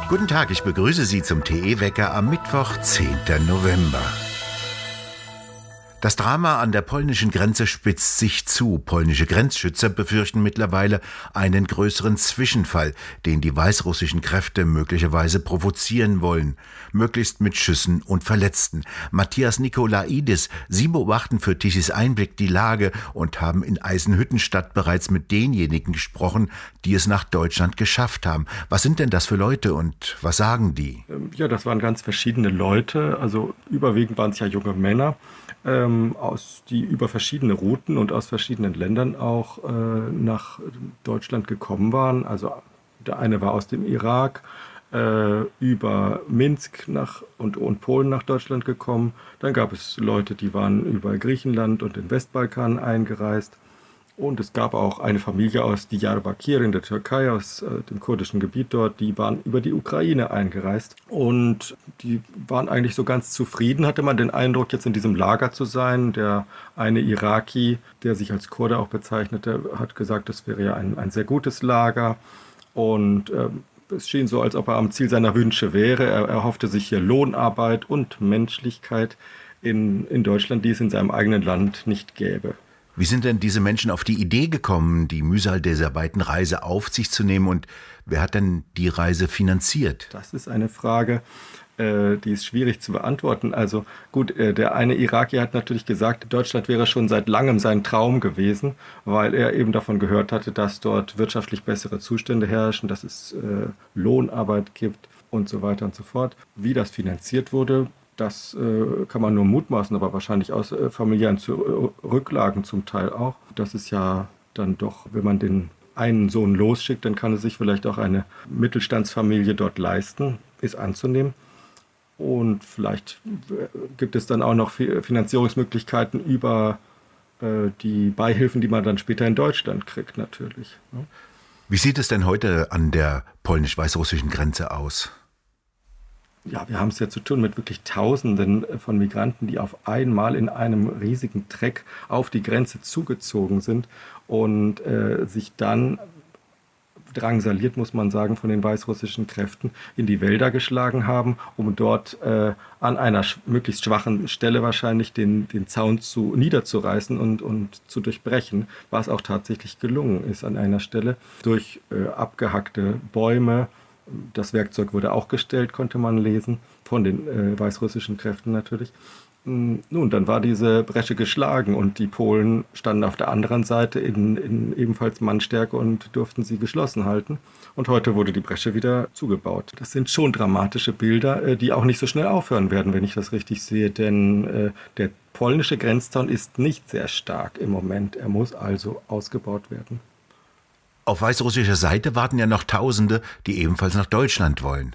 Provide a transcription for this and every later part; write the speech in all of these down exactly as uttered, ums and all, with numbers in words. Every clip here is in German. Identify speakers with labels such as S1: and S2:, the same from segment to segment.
S1: Guten Tag, ich begrüße Sie zum T E-Wecker am Mittwoch, zehnten November. Das Drama an der polnischen Grenze spitzt sich zu. Polnische Grenzschützer befürchten mittlerweile einen größeren Zwischenfall, den die weißrussischen Kräfte möglicherweise provozieren wollen. Möglichst mit Schüssen und Verletzten. Matthias Nikolaidis, Sie beobachten für Tichys Einblick die Lage und haben in Eisenhüttenstadt bereits mit denjenigen gesprochen, die es nach Deutschland geschafft haben. Was sind denn das für Leute und was sagen die?
S2: Ja, das waren ganz verschiedene Leute. Also überwiegend waren es ja junge Männer. Ähm, aus, die über verschiedene Routen und aus verschiedenen Ländern auch äh, nach Deutschland gekommen waren. Also der eine war aus dem Irak, äh, über Minsk nach, und, und Polen nach Deutschland gekommen. Dann gab es Leute, die waren über Griechenland und den Westbalkan eingereist. Und es gab auch eine Familie aus Diyarbakir in der Türkei, aus äh, dem kurdischen Gebiet dort, die waren über die Ukraine eingereist. Und die waren eigentlich so ganz zufrieden, hatte man den Eindruck, jetzt in diesem Lager zu sein. Der eine Iraki, der sich als Kurde auch bezeichnete, hat gesagt, das wäre ja ein, ein sehr gutes Lager. Und äh, es schien so, als ob er am Ziel seiner Wünsche wäre. Er erhoffte sich hier Lohnarbeit und Menschlichkeit in, in Deutschland, die es in seinem eigenen Land nicht gäbe.
S1: Wie sind denn diese Menschen auf die Idee gekommen, die Mühsal dieser weiten Reise auf sich zu nehmen, und wer hat denn die Reise finanziert?
S2: Das ist eine Frage, äh, die ist schwierig zu beantworten. Also gut, äh, der eine Iraki hat natürlich gesagt, Deutschland wäre schon seit langem sein Traum gewesen, weil er eben davon gehört hatte, dass dort wirtschaftlich bessere Zustände herrschen, dass es äh, Lohnarbeit gibt und so weiter und so fort. Wie das finanziert wurde, das äh, kann man nur mutmaßen, aber wahrscheinlich aus äh, familiären zu, äh, Rücklagen zum Teil auch. Das ist ja dann doch, wenn man den einen Sohn losschickt, dann kann es sich vielleicht auch eine Mittelstandsfamilie dort leisten, ist anzunehmen. Und vielleicht gibt es dann auch noch Finanzierungsmöglichkeiten über äh, die Beihilfen, die man dann später in Deutschland kriegt natürlich. Ne?
S1: Wie sieht es denn heute an der polnisch-weißrussischen Grenze aus?
S2: Ja, wir haben es ja zu tun mit wirklich Tausenden von Migranten, die auf einmal in einem riesigen Treck auf die Grenze zugezogen sind und äh, sich dann drangsaliert, muss man sagen, von den weißrussischen Kräften in die Wälder geschlagen haben, um dort äh, an einer sch- möglichst schwachen Stelle wahrscheinlich den, den Zaun zu, niederzureißen und, und zu durchbrechen, was auch tatsächlich gelungen ist an einer Stelle durch äh, abgehackte Bäume. Das Werkzeug wurde auch gestellt, konnte man lesen, von den äh, weißrussischen Kräften natürlich. Nun, dann war diese Bresche geschlagen und die Polen standen auf der anderen Seite in, in ebenfalls Mannstärke und durften sie geschlossen halten. Und heute wurde die Bresche wieder zugebaut. Das sind schon dramatische Bilder, äh, die auch nicht so schnell aufhören werden, wenn ich das richtig sehe, denn äh, der polnische Grenzzaun ist nicht sehr stark im Moment. Er muss also ausgebaut werden.
S1: Auf weißrussischer Seite warten ja noch Tausende, die ebenfalls nach Deutschland wollen.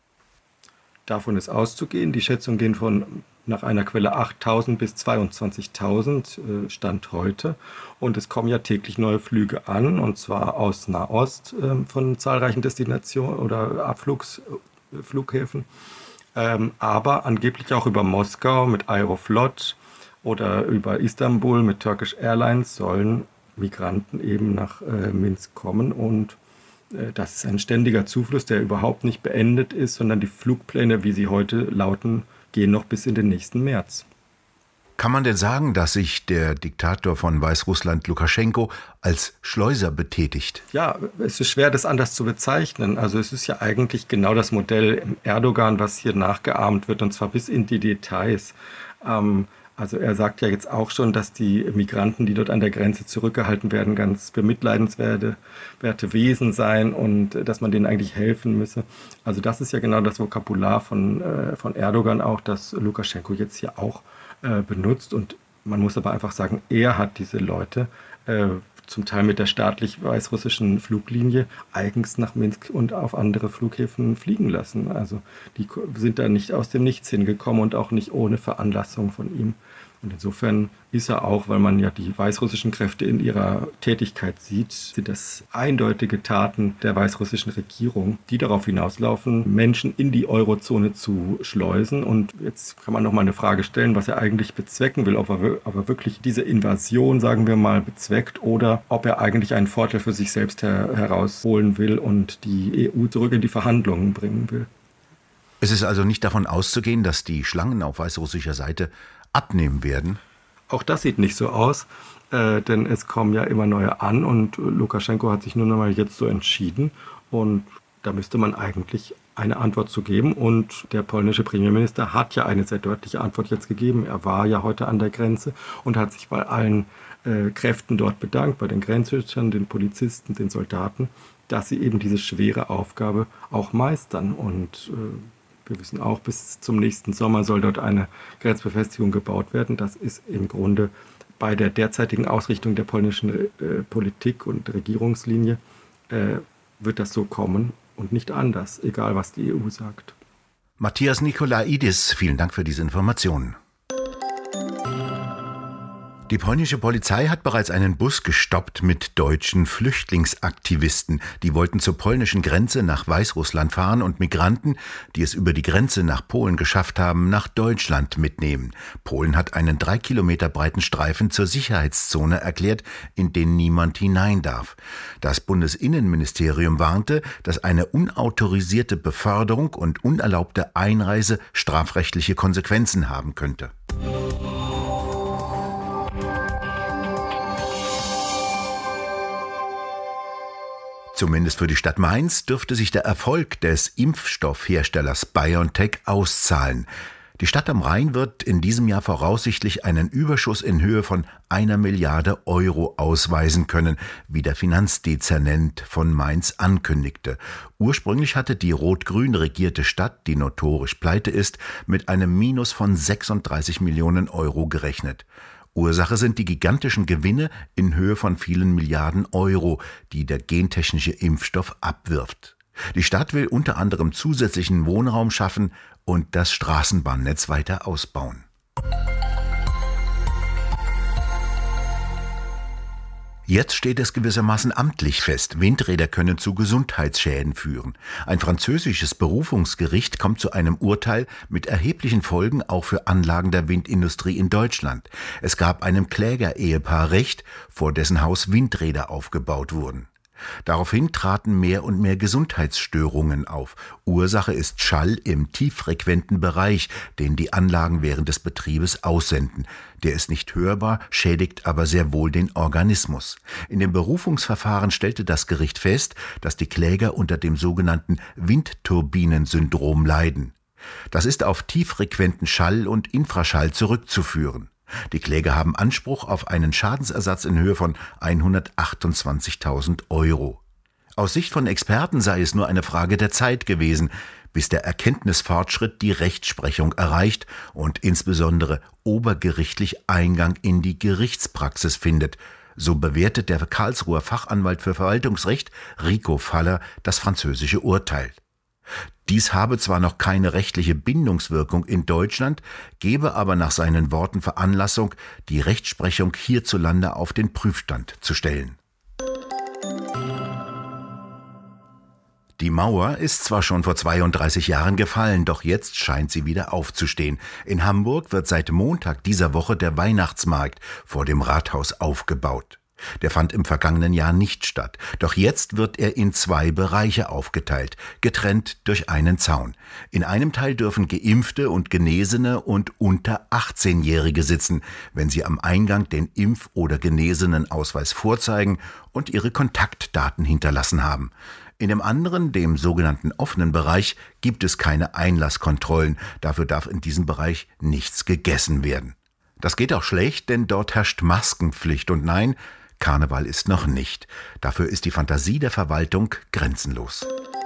S2: Davon ist auszugehen. Die Schätzungen gehen von nach einer Quelle achttausend bis zweiundzwanzigtausend äh, Stand heute. Und es kommen ja täglich neue Flüge an, und zwar aus Nahost äh, von zahlreichen Destinationen oder Abflugsflughäfen, ähm, aber angeblich auch über Moskau mit Aeroflot oder über Istanbul mit Turkish Airlines sollen Migranten eben nach äh, Minsk kommen, und äh, das ist ein ständiger Zufluss, der überhaupt nicht beendet ist, sondern die Flugpläne, wie sie heute lauten, gehen noch bis in den nächsten März.
S1: Kann man denn sagen, dass sich der Diktator von Weißrussland, Lukaschenko, als Schleuser betätigt?
S2: Ja, es ist schwer, das anders zu bezeichnen. Also es ist ja eigentlich genau das Modell Erdogan, was hier nachgeahmt wird, und zwar bis in die Details. Ähm, Also er sagt ja jetzt auch schon, dass die Migranten, die dort an der Grenze zurückgehalten werden, ganz bemitleidenswerte werte Wesen seien und dass man denen eigentlich helfen müsse. Also das ist ja genau das Vokabular von, äh, von Erdogan auch, das Lukaschenko jetzt hier auch äh, benutzt. Und man muss aber einfach sagen, er hat diese Leute äh, zum Teil mit der staatlich weißrussischen Fluglinie eigens nach Minsk und auf andere Flughäfen fliegen lassen. Also die sind da nicht aus dem Nichts hingekommen und auch nicht ohne Veranlassung von ihm. Und insofern ist er auch, weil man ja die weißrussischen Kräfte in ihrer Tätigkeit sieht, sind das eindeutige Taten der weißrussischen Regierung, die darauf hinauslaufen, Menschen in die Eurozone zu schleusen. Und jetzt kann man noch mal eine Frage stellen, was er eigentlich bezwecken will, ob er, ob er wirklich diese Invasion, sagen wir mal, bezweckt oder ob er eigentlich einen Vorteil für sich selbst her- herausholen will und die E U zurück in die Verhandlungen bringen will.
S1: Es ist also nicht davon auszugehen, dass die Schlangen auf weißrussischer Seite abnehmen werden?
S2: Auch das sieht nicht so aus, äh, denn es kommen ja immer neue an und Lukaschenko hat sich nun einmal jetzt so entschieden und da müsste man eigentlich eine Antwort zu geben und der polnische Premierminister hat ja eine sehr deutliche Antwort jetzt gegeben. Er war ja heute an der Grenze und hat sich bei allen äh, Kräften dort bedankt, bei den Grenzschützern, den Polizisten, den Soldaten, dass sie eben diese schwere Aufgabe auch meistern und äh, wir wissen auch, bis zum nächsten Sommer soll dort eine Grenzbefestigung gebaut werden. Das ist im Grunde bei der derzeitigen Ausrichtung der polnischen äh, Politik und Regierungslinie, äh, wird das so kommen und nicht anders, egal was die E U sagt.
S1: Matthias Nikolaidis, vielen Dank für diese Informationen. Die polnische Polizei hat bereits einen Bus gestoppt mit deutschen Flüchtlingsaktivisten. Die wollten zur polnischen Grenze nach Weißrussland fahren und Migranten, die es über die Grenze nach Polen geschafft haben, nach Deutschland mitnehmen. Polen hat einen drei Kilometer breiten Streifen zur Sicherheitszone erklärt, in den niemand hinein darf. Das Bundesinnenministerium warnte, dass eine unautorisierte Beförderung und unerlaubte Einreise strafrechtliche Konsequenzen haben könnte. Zumindest für die Stadt Mainz dürfte sich der Erfolg des Impfstoffherstellers BioNTech auszahlen. Die Stadt am Rhein wird in diesem Jahr voraussichtlich einen Überschuss in Höhe von einer Milliarde Euro ausweisen können, wie der Finanzdezernent von Mainz ankündigte. Ursprünglich hatte die rot-grün regierte Stadt, die notorisch pleite ist, mit einem Minus von sechsunddreißig Millionen Euro gerechnet. Ursache sind die gigantischen Gewinne in Höhe von vielen Milliarden Euro, die der gentechnische Impfstoff abwirft. Die Stadt will unter anderem zusätzlichen Wohnraum schaffen und das Straßenbahnnetz weiter ausbauen. Jetzt steht es gewissermaßen amtlich fest. Windräder können zu Gesundheitsschäden führen. Ein französisches Berufungsgericht kommt zu einem Urteil mit erheblichen Folgen auch für Anlagen der Windindustrie in Deutschland. Es gab einem Kläger-Ehepaar Recht, vor dessen Haus Windräder aufgebaut wurden. Daraufhin traten mehr und mehr Gesundheitsstörungen auf. Ursache ist Schall im tieffrequenten Bereich, den die Anlagen während des Betriebes aussenden. Der ist nicht hörbar, schädigt aber sehr wohl den Organismus. In dem Berufungsverfahren stellte das Gericht fest, dass die Kläger unter dem sogenannten Windturbinensyndrom leiden. Das ist auf tieffrequenten Schall und Infraschall zurückzuführen. Die Kläger haben Anspruch auf einen Schadensersatz in Höhe von hundertachtundzwanzigtausend Euro. Aus Sicht von Experten sei es nur eine Frage der Zeit gewesen, bis der Erkenntnisfortschritt die Rechtsprechung erreicht und insbesondere obergerichtlich Eingang in die Gerichtspraxis findet. So bewertet der Karlsruher Fachanwalt für Verwaltungsrecht Rico Faller das französische Urteil. Dies habe zwar noch keine rechtliche Bindungswirkung in Deutschland, gebe aber nach seinen Worten Veranlassung, die Rechtsprechung hierzulande auf den Prüfstand zu stellen. Die Mauer ist zwar schon vor zweiunddreißig Jahren gefallen, doch jetzt scheint sie wieder aufzustehen. In Hamburg wird seit Montag dieser Woche der Weihnachtsmarkt vor dem Rathaus aufgebaut. Der fand im vergangenen Jahr nicht statt. Doch jetzt wird er in zwei Bereiche aufgeteilt, getrennt durch einen Zaun. In einem Teil dürfen Geimpfte und Genesene und unter achtzehnjährige sitzen, wenn sie am Eingang den Impf- oder Genesenenausweis vorzeigen und ihre Kontaktdaten hinterlassen haben. In dem anderen, dem sogenannten offenen Bereich, gibt es keine Einlasskontrollen. Dafür darf in diesem Bereich nichts gegessen werden. Das geht auch schlecht, denn dort herrscht Maskenpflicht. Und nein, Karneval ist noch nicht. Dafür ist die Fantasie der Verwaltung grenzenlos.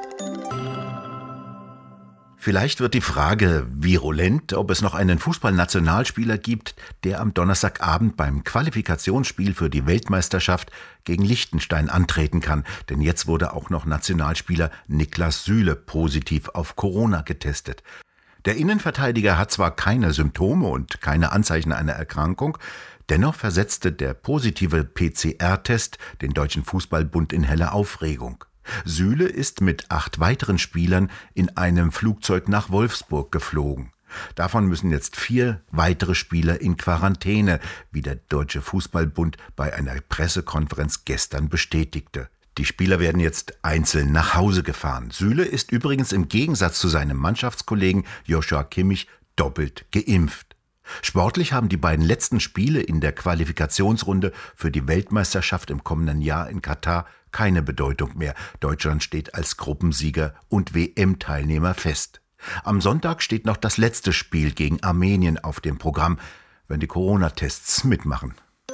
S1: Vielleicht wird die Frage virulent, ob es noch einen Fußballnationalspieler gibt, der am Donnerstagabend beim Qualifikationsspiel für die Weltmeisterschaft gegen Liechtenstein antreten kann. Denn jetzt wurde auch noch Nationalspieler Niklas Süle positiv auf Corona getestet. Der Innenverteidiger hat zwar keine Symptome und keine Anzeichen einer Erkrankung, dennoch versetzte der positive P C R-Test den Deutschen Fußballbund in helle Aufregung. Süle ist mit acht weiteren Spielern in einem Flugzeug nach Wolfsburg geflogen. Davon müssen jetzt vier weitere Spieler in Quarantäne, wie der Deutsche Fußballbund bei einer Pressekonferenz gestern bestätigte. Die Spieler werden jetzt einzeln nach Hause gefahren. Süle ist übrigens im Gegensatz zu seinem Mannschaftskollegen Joshua Kimmich doppelt geimpft. Sportlich haben die beiden letzten Spiele in der Qualifikationsrunde für die Weltmeisterschaft im kommenden Jahr in Katar keine Bedeutung mehr. Deutschland steht als Gruppensieger und W M-Teilnehmer fest. Am Sonntag steht noch das letzte Spiel gegen Armenien auf dem Programm, wenn die Corona-Tests mitmachen.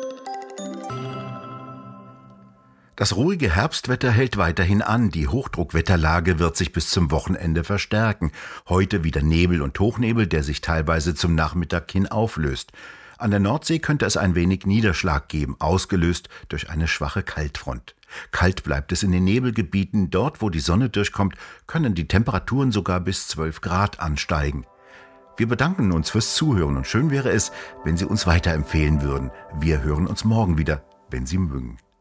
S1: Das ruhige Herbstwetter hält weiterhin an. Die Hochdruckwetterlage wird sich bis zum Wochenende verstärken. Heute wieder Nebel und Hochnebel, der sich teilweise zum Nachmittag hin auflöst. An der Nordsee könnte es ein wenig Niederschlag geben, ausgelöst durch eine schwache Kaltfront. Kalt bleibt es in den Nebelgebieten. Dort, wo die Sonne durchkommt, können die Temperaturen sogar bis zwölf Grad ansteigen. Wir bedanken uns fürs Zuhören und schön wäre es, wenn Sie uns weiterempfehlen würden. Wir hören uns morgen wieder, wenn Sie mögen.